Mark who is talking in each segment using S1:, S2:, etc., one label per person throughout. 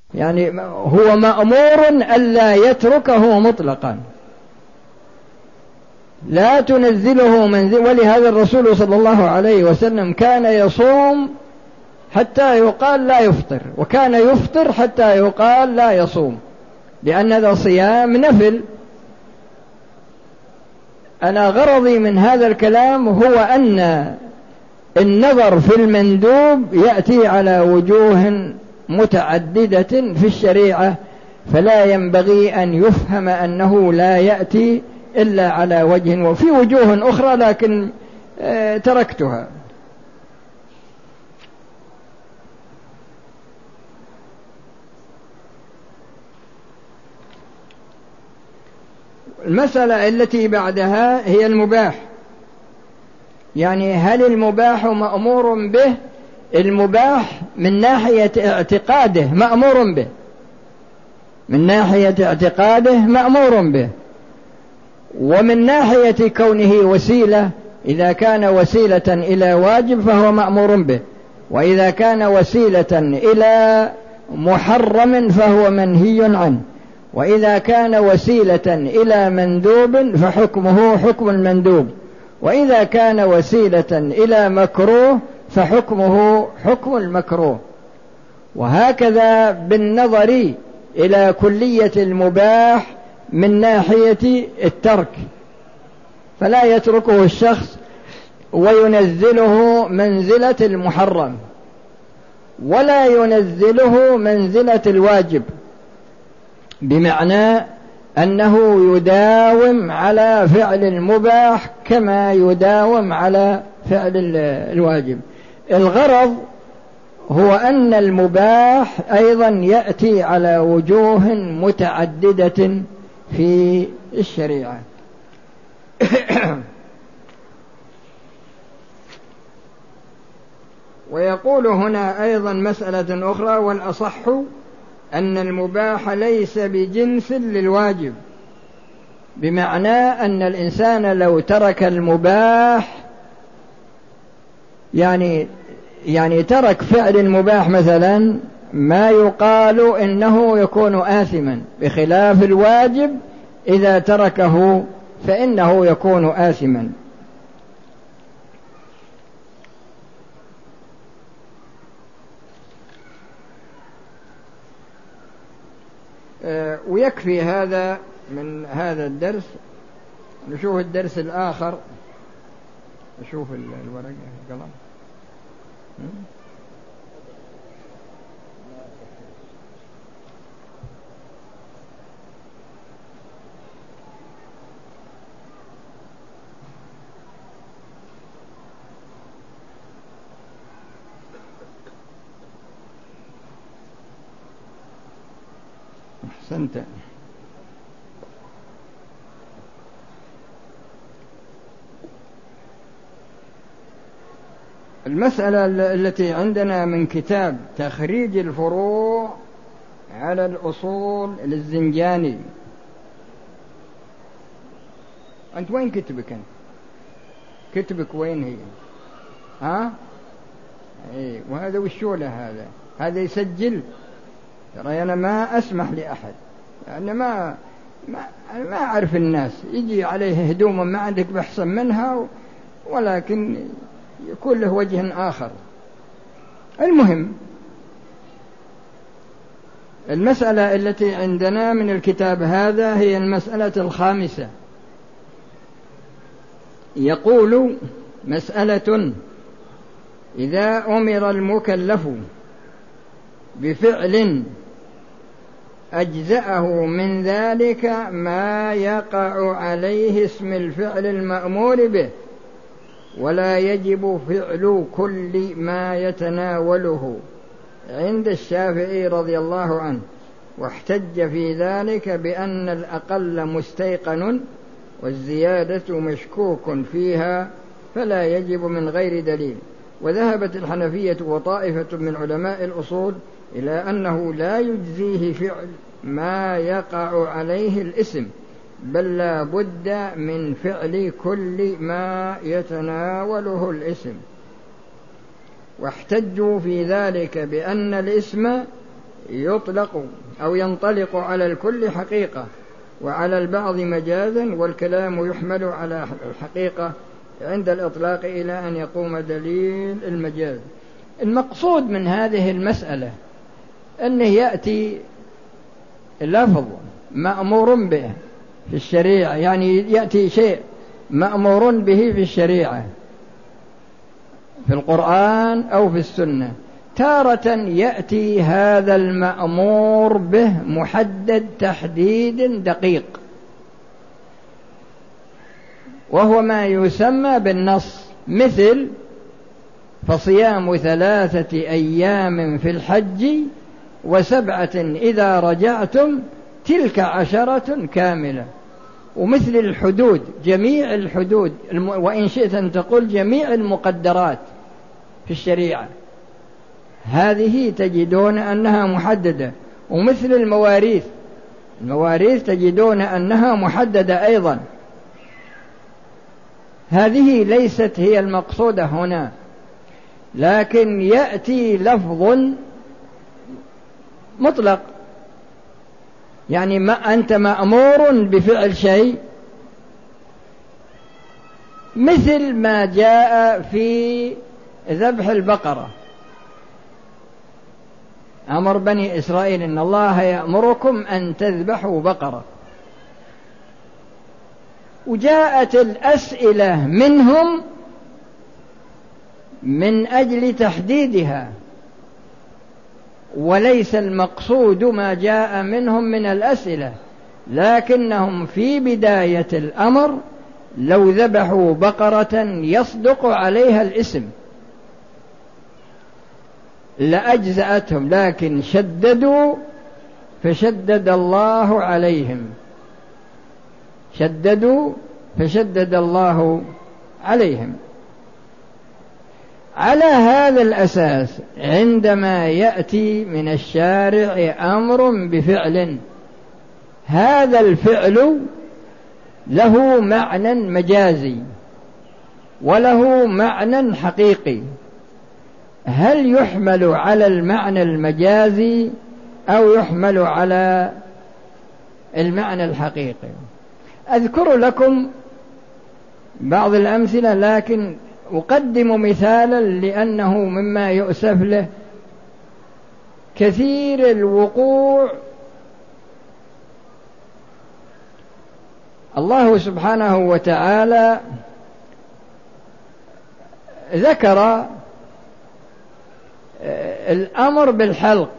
S1: يعني هو مأمور ألا يتركه مطلقا، لا تنزله منزل. ولهذا الرسول صلى الله عليه وسلم كان يصوم حتى يقال لا يفطر، وكان يفطر حتى يقال لا يصوم، لأن هذا صيام نفل. أنا غرضي من هذا الكلام هو أن النظر في المندوب يأتي على وجوه متعددة في الشريعة، فلا ينبغي أن يفهم أنه لا يأتي إلا على وجه، وفي وجوه أخرى لكن تركتها. المسألة التي بعدها هي المباح، يعني هل المباح مأمور به؟ المباح من ناحية اعتقاده مأمور به، من ناحية اعتقاده مأمور به، ومن ناحية كونه وسيلة، إذا كان وسيلة إلى واجب فهو مأمور به، وإذا كان وسيلة إلى محرم فهو منهي عنه، وإذا كان وسيلة إلى مندوب فحكمه حكم المندوب، وإذا كان وسيلة إلى مكروه فحكمه حكم المكروه. وهكذا بالنظر إلى كلية المباح من ناحية الترك، فلا يتركه الشخص وينزله منزلة المحرم، ولا ينزله منزلة الواجب، بمعنى أنه يداوم على فعل المباح كما يداوم على فعل الواجب. الغرض هو أن المباح أيضا يأتي على وجوه متعددة في الشريعة. ويقول هنا أيضا مسألة أخرى: والأصح أن المباح ليس بجنس للواجب، بمعنى أن الإنسان لو ترك المباح، يعني ترك فعل المباح مثلا، ما يقال إنه يكون آثما، بخلاف الواجب إذا تركه فإنه يكون آثما. ويكفي هذا من هذا الدرس. نشوف الدرس الآخر، نشوف الورقة القلم. أحسنت. المسألة التي عندنا من كتاب تخريج الفروع على الأصول للزنجاني. أنت وين كتبك؟ أنت كتبك وين هي؟ ها؟ إيه، وهذا وشو له هذا يسجل؟ ترى أنا ما أسمح لأحد، لأن ما أعرف الناس يجي عليه هدوم ما عندك بحثا منها، ولكن يكون له وجه آخر. المهم، المسألة التي عندنا من الكتاب هذا هي المسألة الخامسة. يقول: مسألة: إذا أمر المكلف بفعل أجزأه من ذلك ما يقع عليه اسم الفعل المأمور به، ولا يجب فعل كل ما يتناوله، عند الشافعي رضي الله عنه، واحتج في ذلك بأن الأقل مستيقن والزيادة مشكوك فيها فلا يجب من غير دليل. وذهبت الحنفية وطائفة من علماء الأصول إلى أنه لا يجزيه فعل ما يقع عليه الاسم، بل لا بد من فعل كل ما يتناوله الاسم. واحتجوا في ذلك بأن الاسم يطلق أو ينطلق على الكل حقيقة وعلى البعض مجازا، والكلام يحمل على الحقيقة عند الإطلاق إلى أن يقوم دليل المجاز. المقصود من هذه المسألة أنه يأتي لفظ مأمور به في الشريعة، يعني يأتي شيء مأمور به في الشريعة في القرآن أو في السنة، تارة يأتي هذا المأمور به محدد تحديد دقيق، وهو ما يسمى بالنص، مثل فصيام 3 أيام في الحج و7 إذا رجعتم تلك 10 كاملة. ومثل الحدود، جميع الحدود، وإن شئت أن تقول جميع المقدرات في الشريعة هذه تجدون أنها محددة. ومثل المواريث تجدون أنها محددة أيضا. هذه ليست هي المقصودة هنا، لكن يأتي لفظ مطلق، يعني ما أنت مأمور بفعل شيء، مثل ما جاء في ذبح البقرة، أمر بني إسرائيل إن الله يأمركم أن تذبحوا بقرة، وجاءت الأسئلة منهم من أجل تحديدها، وليس المقصود ما جاء منهم من الأسئلة، لكنهم في بداية الأمر لو ذبحوا بقرة يصدق عليها الاسم لأجزأتهم، لكن شددوا فشدد الله عليهم، شددوا فشدد الله عليهم. على هذا الأساس عندما يأتي من الشارع أمر بفعل، هذا الفعل له معنى مجازي وله معنى حقيقي، هل يحمل على المعنى المجازي أو يحمل على المعنى الحقيقي؟ أذكر لكم بعض الأمثلة، لكن أقدم مثالا لأنه مما يؤسف له كثير الوقوع. الله سبحانه وتعالى ذكر الأمر بالحلق،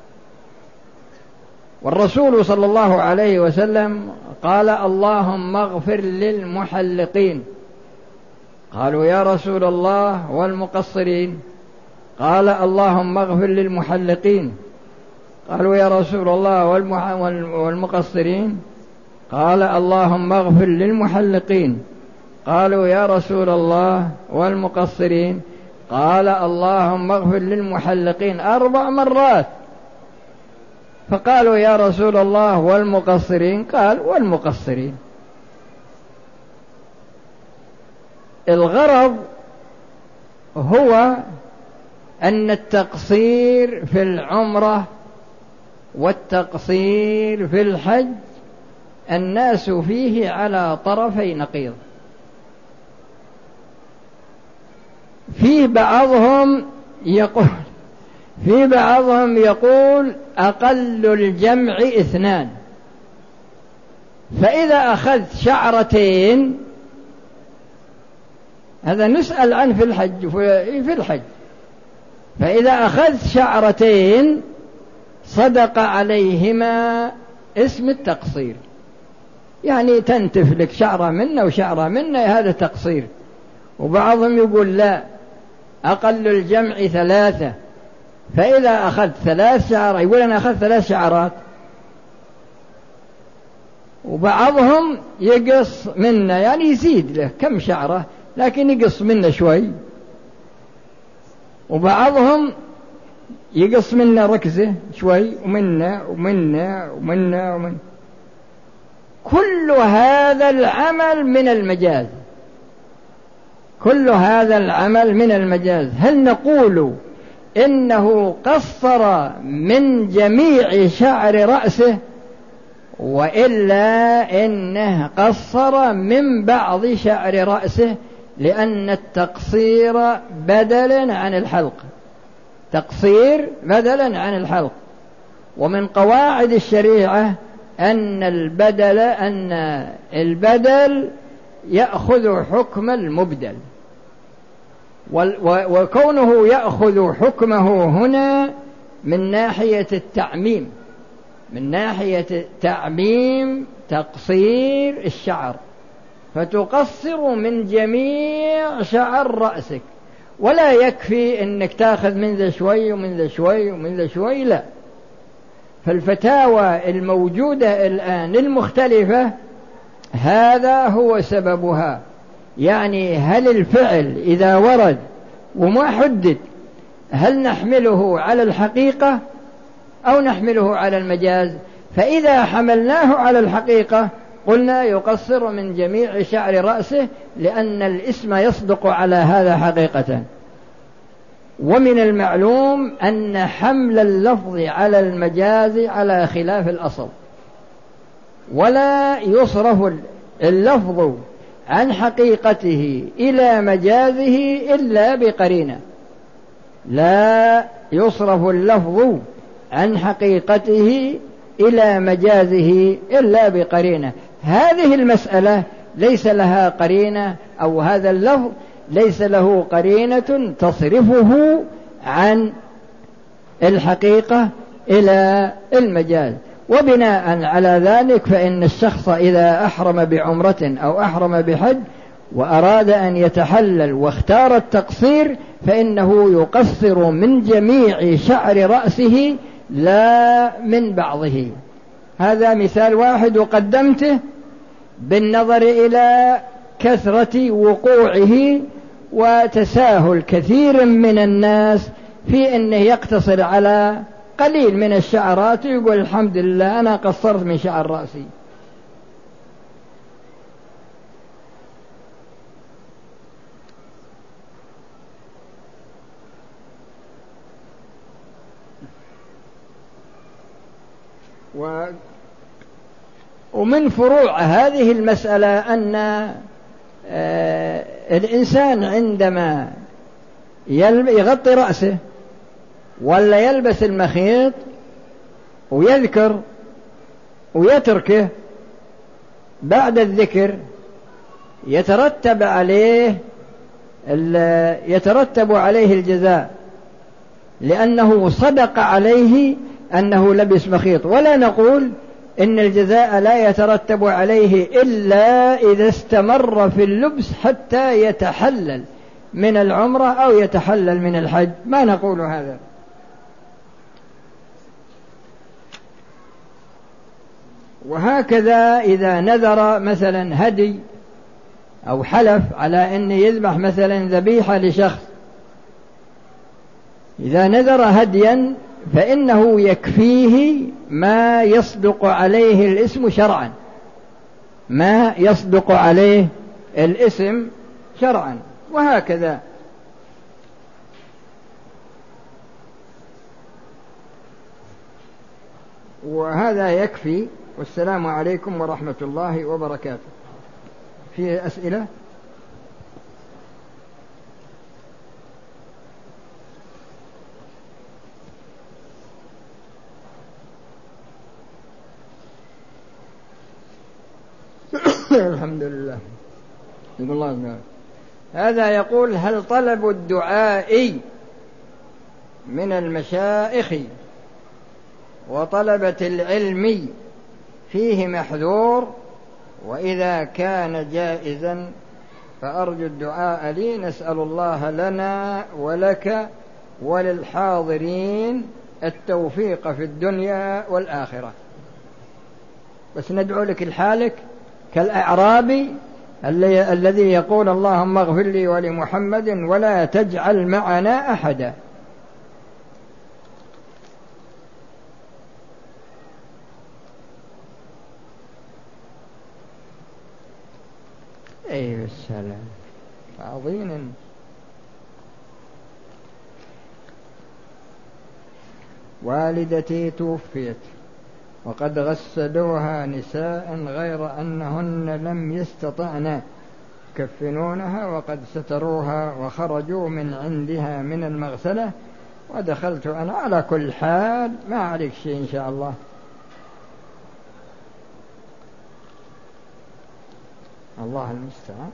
S1: والرسول صلى الله عليه وسلم قال اللهم اغفر للمحلقين، قالوا يا رسول الله والمقصرين؟ قال اللهم اغفر للمحلقين، قالوا يا رسول الله والمقصرين؟ قال اللهم اغفر للمحلقين، قالوا يا رسول الله والمقصرين؟ قال اللهم اغفر للمحلقين 4 مرات، فقالوا يا رسول الله والمقصرين؟ قال والمقصرين. الغرض هو أن التقصير في العمرة والتقصير في الحج الناس فيه على طرفي نقيض، في بعضهم يقول أقل الجمع 2، فإذا أخذت شعرتين، هذا نسأل عنه في الحج، فإذا أخذت شعرتين صدق عليهما اسم التقصير، يعني تنتف لك شعرة منا وشعرة منا، هذا تقصير. وبعضهم يقول لا، أقل الجمع 3، فإذا أخذت 3 شعرات يقول أنا أخذت 3 شعرات. وبعضهم يقص منا، يعني يزيد له كم شعرة لكن يقص منا شوي، وبعضهم يقص منا ركزة شوي ومنا ومنا ومنا ومنا. كل هذا العمل من المجاز، كل هذا العمل من المجاز. هل نقول إنه قصر من جميع شعر رأسه، وإلا إنه قصر من بعض شعر رأسه، لأن التقصير بدلا عن الحلق، تقصير بدلا عن الحلق. ومن قواعد الشريعة أن البدل يأخذ حكم المبدل، وكونه يأخذ حكمه هنا من ناحية التعميم، من ناحية تعميم تقصير الشعر، فتقصر من جميع شعر رأسك، ولا يكفي أنك تأخذ من ذا شوي ومن ذا شوي ومن ذا شوي، لا. فالفتاوى الموجودة الآن المختلفة هذا هو سببها. يعني هل الفعل إذا ورد وما حدد هل نحمله على الحقيقة أو نحمله على المجاز؟ فإذا حملناه على الحقيقة قلنا يقصر من جميع شعر رأسه، لأن الاسم يصدق على هذا حقيقة. ومن المعلوم أن حمل اللفظ على المجاز على خلاف الأصل، ولا يصرف اللفظ عن حقيقته إلى مجازه إلا بقرينة، لا يصرف اللفظ عن حقيقته إلى مجازه إلا بقرينة. هذه المسألة ليس لها قرينة، أو هذا اللفظ ليس له قرينة تصرفه عن الحقيقة إلى المجاز. وبناء على ذلك فإن الشخص إذا أحرم بعمرة أو أحرم بحج وأراد أن يتحلل واختار التقصير، فإنه يقصر من جميع شعر رأسه لا من بعضه. هذا مثال واحد وقدمته بالنظر إلى كثرة وقوعه وتساهل كثير من الناس في أنه يقتصر على قليل من الشعرات ويقول الحمد لله أنا قصرت من شعر رأسي. ومن فروع هذه المسألة أن الإنسان عندما يغطي رأسه ولا يلبس المخيط ويذكر ويتركه، بعد الذكر يترتب عليه الجزاء، لأنه صدق عليه أنه لبس مخيط. ولا نقول إن الجزاء لا يترتب عليه إلا إذا استمر في اللبس حتى يتحلل من العمرة أو يتحلل من الحج، ما نقول هذا. وهكذا إذا نذر مثلا هدي أو حلف على أن يذبح مثلا ذبيحة لشخص، إذا نذر هديا فإنه يكفيه ما يصدق عليه الاسم شرعا، ما يصدق عليه الاسم شرعا، وهكذا. وهذا يكفي، والسلام عليكم ورحمة الله وبركاته. في أسئلة؟ الحمد لله. يقول الله تعالى هذا يقول: هل طلب الدعاء من المشائخ وطلبة العلم فيه محذور؟ وإذا كان جائزا فأرجو الدعاء لي، نسأل الله لنا ولك وللحاضرين التوفيق في الدنيا والآخرة. بس ندعو لك الحالك كالأعرابي الذي يقول: اللهم اغفر لي ولمحمد ولا تجعل معنا أحدا. أيها السلام عظيم. والدتي توفيت وقد غسلوها نساء غير أنهن لم يستطعن يكفنونها وقد ستروها وخرجوا من عندها من المغسلة ودخلت أنا. على كل حال ما عليك شيء إن شاء الله. الله المستعان.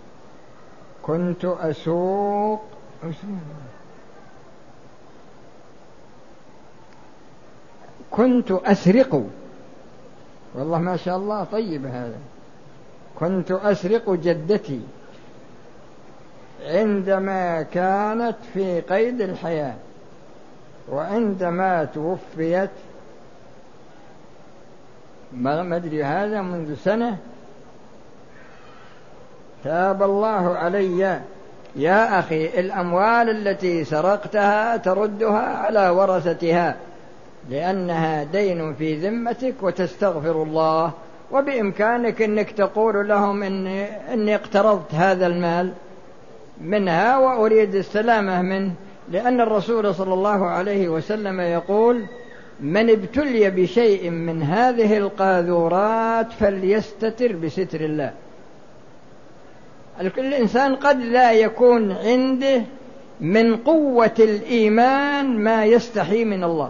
S1: كنت أسرق، والله ما شاء الله طيب هذا. كنت أسرق جدتي عندما كانت في قيد الحياة، وعندما توفيت ما أدري هذا منذ سنة، تاب الله علي. يا أخي الأموال التي سرقتها تردها على ورثتها لأنها دين في ذمتك وتستغفر الله، وبإمكانك أنك تقول لهم إني اقترضت هذا المال منها وأريد السلامة منه، لأن الرسول صلى الله عليه وسلم يقول: من ابتلي بشيء من هذه القاذورات فليستتر بستر الله. الإنسان قد لا يكون عنده من قوة الإيمان ما يستحي من الله،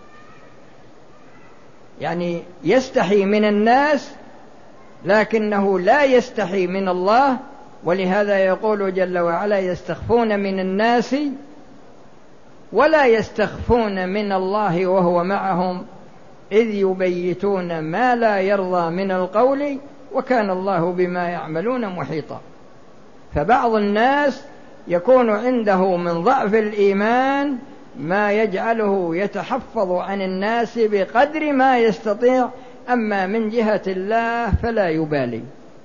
S1: يعني يستحي من الناس لكنه لا يستحي من الله. ولهذا يقول جل وعلا: يستخفون من الناس ولا يستخفون من الله وهو معهم إذ يبيتون ما لا يرضى من القول وكان الله بما يعملون محيطا. فبعض الناس يكون عنده من ضعف الإيمان ما يجعله يتحفظ عن الناس بقدر ما يستطيع، أما من جهة الله فلا يبالي.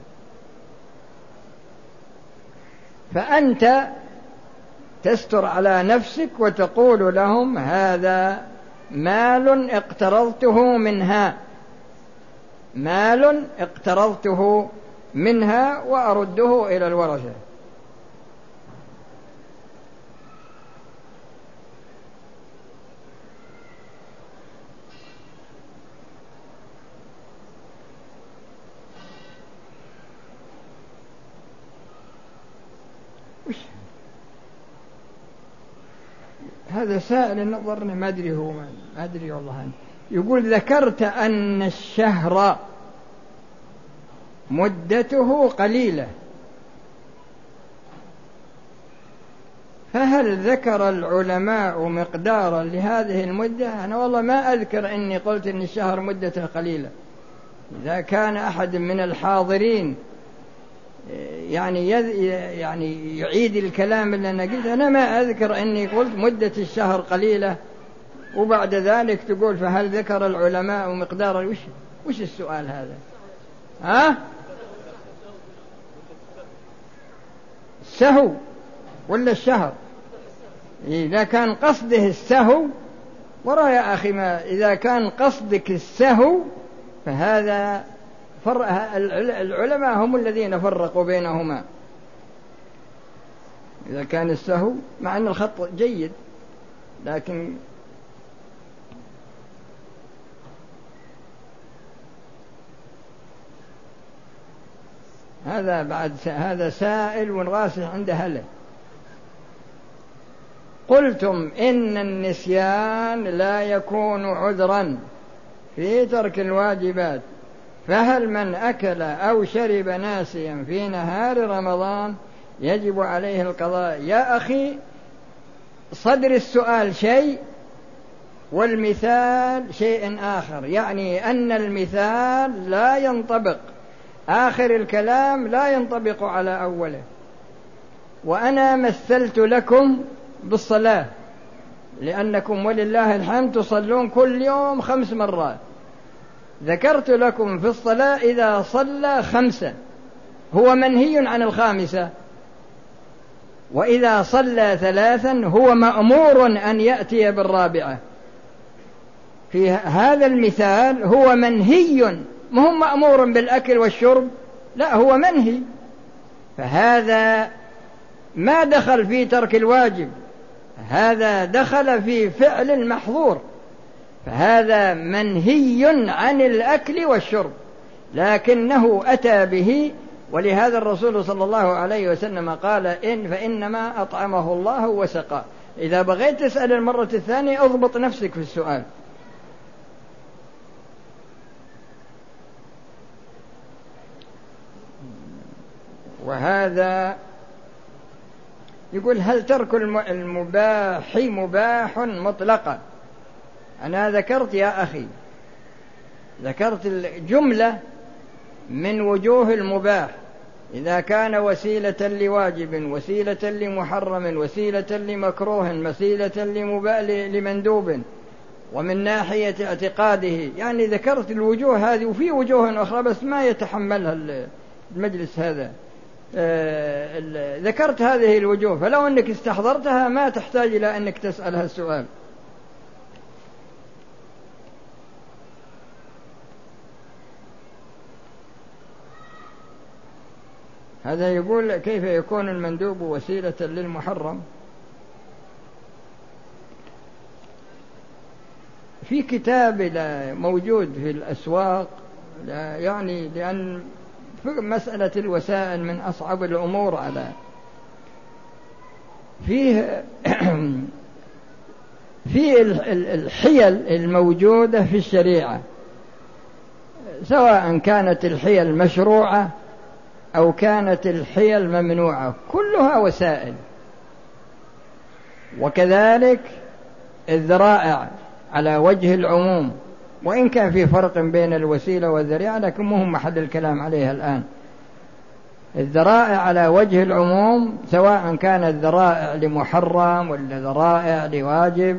S1: فأنت تستر على نفسك وتقول لهم: هذا مال اقترضته منها، مال اقترضته منها وأرده إلى الورثة. هذا سائل نظرني ما أدري هو ما أدري والله أنا. يقول: ذكرت أن الشهر مدته قليلة، فهل ذكر العلماء مقدارا لهذه المدة؟ أنا والله ما أذكر أني قلت أن الشهر مدته قليلة. إذا كان أحد من الحاضرين يعني يعيد الكلام اللي أنا قلت، أنا ما أذكر أني قلت مدة الشهر قليلة وبعد ذلك تقول فهل ذكر العلماء مقدارا. وش السؤال هذا؟ ها؟ السهو ولا الشهر؟ إذا كان قصده السهو ورا يا أخي، ما إذا كان قصدك السهو فهذا العلماء هم الذين فرقوا بينهما. إذا كان السهو، مع أن الخط جيد، لكن هذا بعد هذا سائل وراسخ عند أهله. قلتم إن النسيان لا يكون عذرا في ترك الواجبات، فهل من أكل أو شرب ناسيا في نهار رمضان يجب عليه القضاء؟ يا أخي صدر السؤال شيء والمثال شيء آخر، يعني أن المثال لا ينطبق، آخر الكلام لا ينطبق على أوله. وأنا مثلت لكم بالصلاة لأنكم ولله الحمد تصلون كل يوم 5 مرات. ذكرت لكم في الصلاة إذا صلى 5 هو منهي عن 5، وإذا صلى 3 هو مأمور أن يأتي بالرابعة. في هذا المثال هو منهي، ما هو مأمور بالأكل والشرب، لا هو منهي. فهذا ما دخل في ترك الواجب، هذا دخل في فعل المحظور. فهذا منهي عن الأكل والشرب، لكنه أتى به. ولهذا الرسول صلى الله عليه وسلم قال فإنما أطعمه الله وسقاه. إذا بغيت تسأل المرة الثانية اضبط نفسك في السؤال. وهذا يقول: هل ترك المباح مباح مطلقا؟ أنا ذكرت يا أخي، ذكرت الجملة من وجوه المباح، إذا كان وسيلة لواجب، وسيلة لمحرم، وسيلة لمكروه، وسيلة لمندوب، ومن ناحية اعتقاده، يعني ذكرت الوجوه هذه، وفي وجوه أخرى بس ما يتحملها المجلس هذا. ذكرت هذه الوجوه، فلو أنك استحضرتها ما تحتاج إلى أنك تسأل السؤال. هذا يقول: كيف يكون المندوب وسيلة للمحرم؟ في كتاب موجود في الأسواق، يعني لأن مسألة الوسائل من أصعب الأمور على فيه في الحيل الموجودة في الشريعة، سواء كانت الحيل مشروعة أو كانت الحيل ممنوعة، كلها وسائل. وكذلك الذرائع على وجه العموم، وإن كان في فرق بين الوسيلة والذريعة، لكن مهم محل الكلام عليها الآن. الذرائع على وجه العموم، سواء كانت ذرائع لمحرم ولا ذرائع لواجب،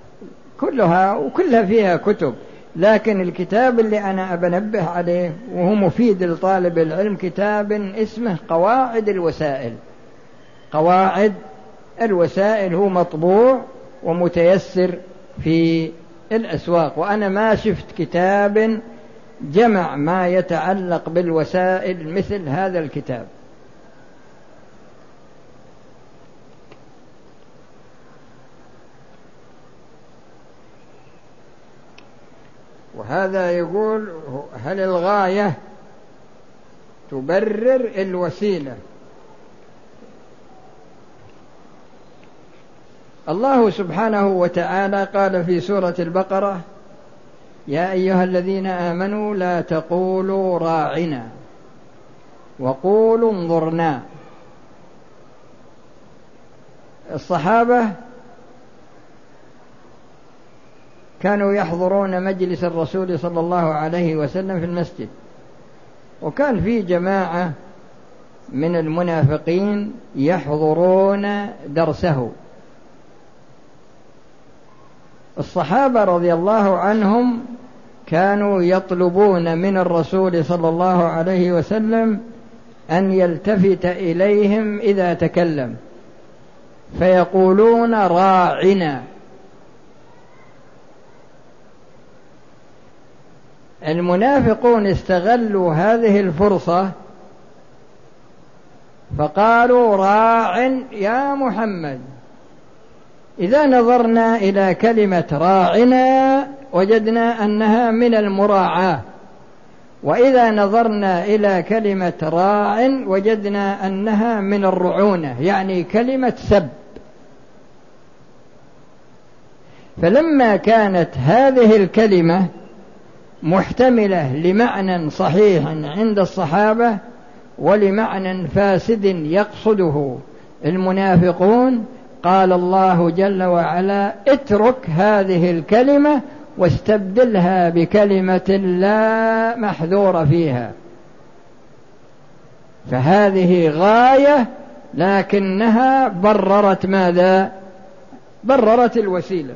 S1: كلها فيها كتب. لكن الكتاب اللي أنا أبنبه عليه وهو مفيد لطالب العلم، كتاب اسمه قواعد الوسائل. قواعد الوسائل هو مطبوع ومتيسر في الأسواق، وأنا ما شفت كتاب جمع ما يتعلق بالوسائل مثل هذا الكتاب. وهذا يقول: هل الغاية تبرر الوسيلة؟ الله سبحانه وتعالى قال في سورة البقرة: يا أيها الذين آمنوا لا تقولوا راعنا وقولوا انظرنا. الصحابة كانوا يحضرون مجلس الرسول صلى الله عليه وسلم في المسجد، وكان في جماعة من المنافقين يحضرون درسه. الصحابة رضي الله عنهم كانوا يطلبون من الرسول صلى الله عليه وسلم أن يلتفت إليهم إذا تكلم، فيقولون راعنا. المنافقون استغلوا هذه الفرصة فقالوا: راع يا محمد. إذا نظرنا إلى كلمة راعنا وجدنا أنها من المراعاة، وإذا نظرنا إلى كلمة راع وجدنا أنها من الرعونة، يعني كلمة سب. فلما كانت هذه الكلمة محتملة لمعنى صحيح عند الصحابة ولمعنى فاسد يقصده المنافقون، قال الله جل وعلا: اترك هذه الكلمة واستبدلها بكلمة لا محذور فيها. فهذه غاية، لكنها بررت ماذا؟ بررت الوسيلة.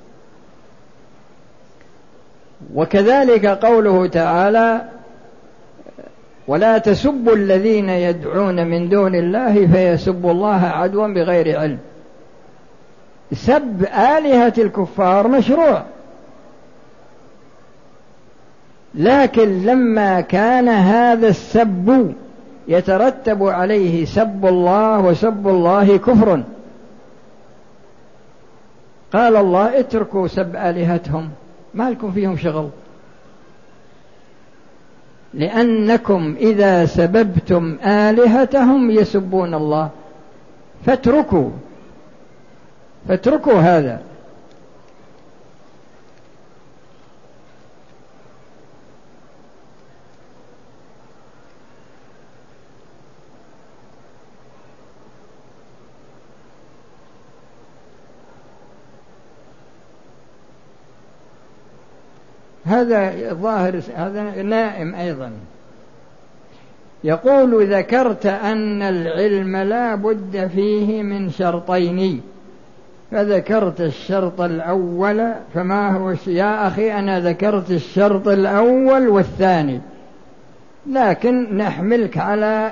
S1: وكذلك قوله تعالى: ولا تسبوا الذين يدعون من دون الله فيسبوا الله عدوا بغير علم. سب آلهة الكفار مشروع، لكن لما كان هذا السب يترتب عليه سب الله، وسب الله كفر، قال الله: اتركوا سب آلهتهم ما لكم فيهم شغل، لأنكم إذا سببتم آلهتهم يسبون الله، فاتركوا هذا. هذا ظاهر، هذا نائم أيضا. يقول: ذكرت أن العلم لا بد فيه من شرطين، فذكرت الشرط الأول، فما هو؟ يا أخي أنا ذكرت الشرط الأول والثاني، لكن نحملك على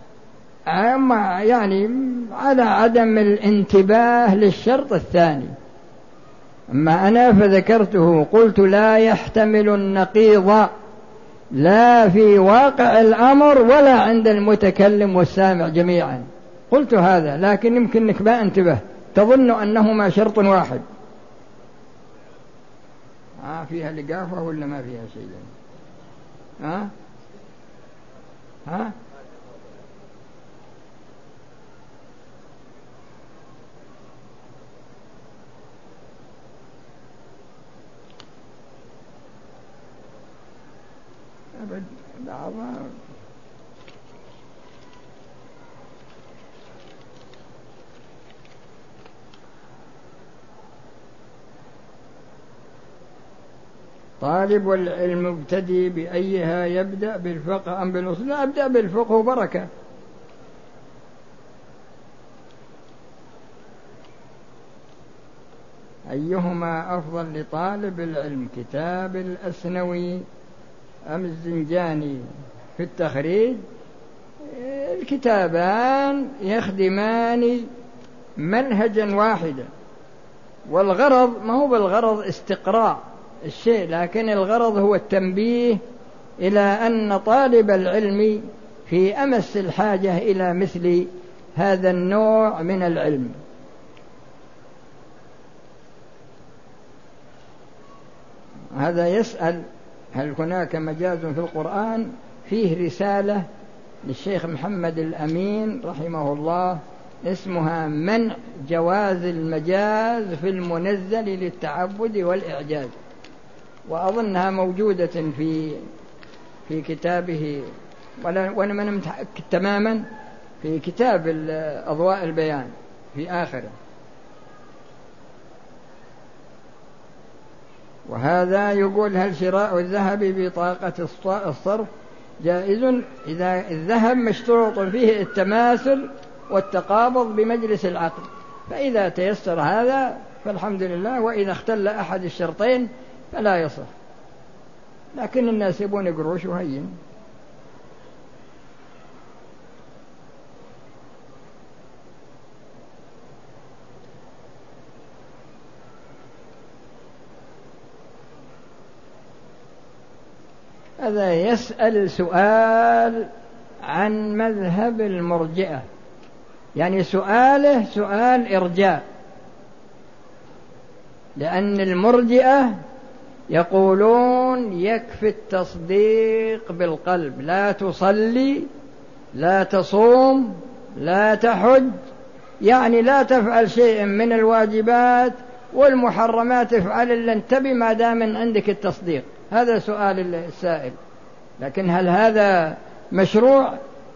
S1: عدم الانتباه للشرط الثاني. أما أنا فذكرته، قلت لا يحتمل النقيض لا في واقع الأمر ولا عند المتكلم والسامع جميعا، قلت هذا، لكن يمكنك ما انتبه، تظن أنهما شرط واحد. فيها لقافة ولا ما فيها شيء؟ أبد بعضها. طالب العلم مبتدئ بأيها يبدأ، بالفقه أم بالأصول؟ لا، أبدأ بالفقه بركة. أيهما أفضل لطالب العلم، كتاب الأسنوي أم الزنجاني في التخريج؟ الكتابان يخدمان منهجا واحدا، والغرض ما هو بالغرض استقراء الشيء، لكن الغرض هو التنبيه إلى أن طالب العلم في أمس الحاجة إلى مثل هذا النوع من العلم. هذا يسأل: هل هناك مجاز في القرآن؟ فيه رسالة للشيخ محمد الأمين رحمه الله اسمها منع جواز المجاز في المنزل للتعبد والإعجاز، وأظنها موجودة في كتابه، وأنا من متأكد تماما، في كتاب أضواء البيان في آخره. وهذا يقول: هل شراء الذهب بطاقة الصرف جائز إذا الذهب مشترط فيه التماثل والتقابض بمجلس العقد؟ فإذا تيسر هذا فالحمد لله، وإذا اختل أحد الشرطين فلا يصح، لكن الناس يبون قروش وهين. هذا يسأل سؤال عن مذهب المرجئة، يعني سؤاله سؤال إرجاء، لأن المرجئة يقولون يكفي التصديق بالقلب، لا تصلي، لا تصوم، لا تحج، يعني لا تفعل شيء من الواجبات، والمحرمات افعل اللي انتبه ما دام عندك التصديق. هذا سؤال السائل، لكن هل هذا مشروع؟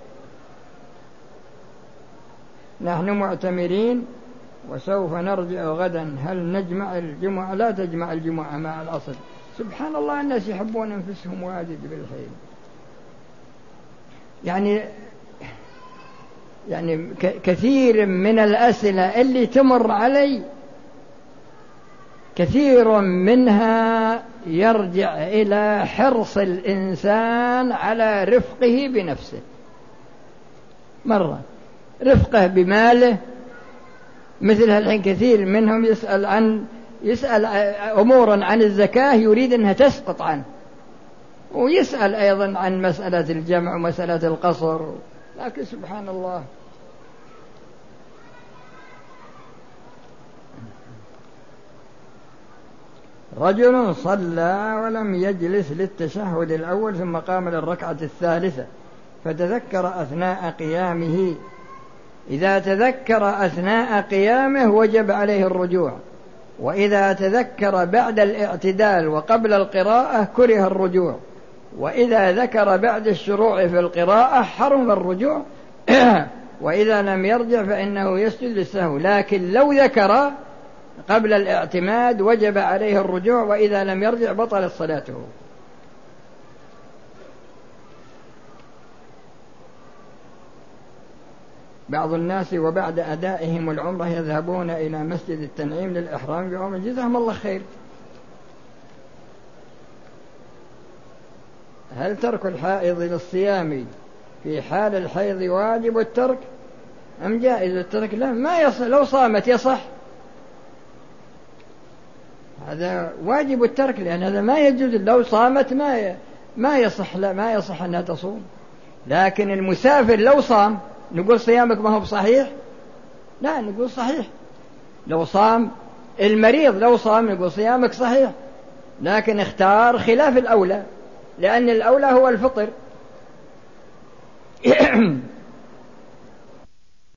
S1: نحن معتمرين وسوف نرجع غدا، هل نجمع الجمعة؟ لا تجمع الجمعة مع الأصل. سبحان الله، الناس يحبون أنفسهم واجد بالخير. يعني كثير من الأسئلة اللي تمر علي كثير منها يرجع إلى حرص الإنسان على رفقه بنفسه، مرة رفقه بماله. مثل الحين كثير منهم يسأل أمورا عن الزكاة يريد أنها تسقط عنه، ويسأل أيضا عن مسألة الجمع ومسألة القصر، لكن سبحان الله. رجل صلى ولم يجلس للتشهد الأول ثم قام للركعة الثالثة فتذكر أثناء قيامه، إذا تذكر أثناء قيامه وجب عليه الرجوع، وإذا تذكر بعد الاعتدال وقبل القراءة كره الرجوع، وإذا ذكر بعد الشروع في القراءة حرم الرجوع وإذا لم يرجع فإنه يسجد للسهو، لكن لو ذكر قبل الاعتماد وجب عليه الرجوع، وإذا لم يرجع بطلت صلاته. بعض الناس وبعد أدائهم العمرة يذهبون إلى مسجد التنعيم للإحرام بعمرة، جزاهم الله خير. هل ترك الحائض للصيام في حال الحيض واجب الترك أم جائز الترك؟ لا، ما يصح، لو صامت يصح، هذا واجب الترك، لأن هذا ما يجوز، لو صامت ما يصح، لا ما يصح أنها تصوم. لكن المسافر لو صام نقول صيامك ما هو بصحيح؟ لا، نقول صحيح. لو صام المريض لو صام نقول صيامك صحيح، لكن اختار خلاف الأولى، لأن الأولى هو الفطر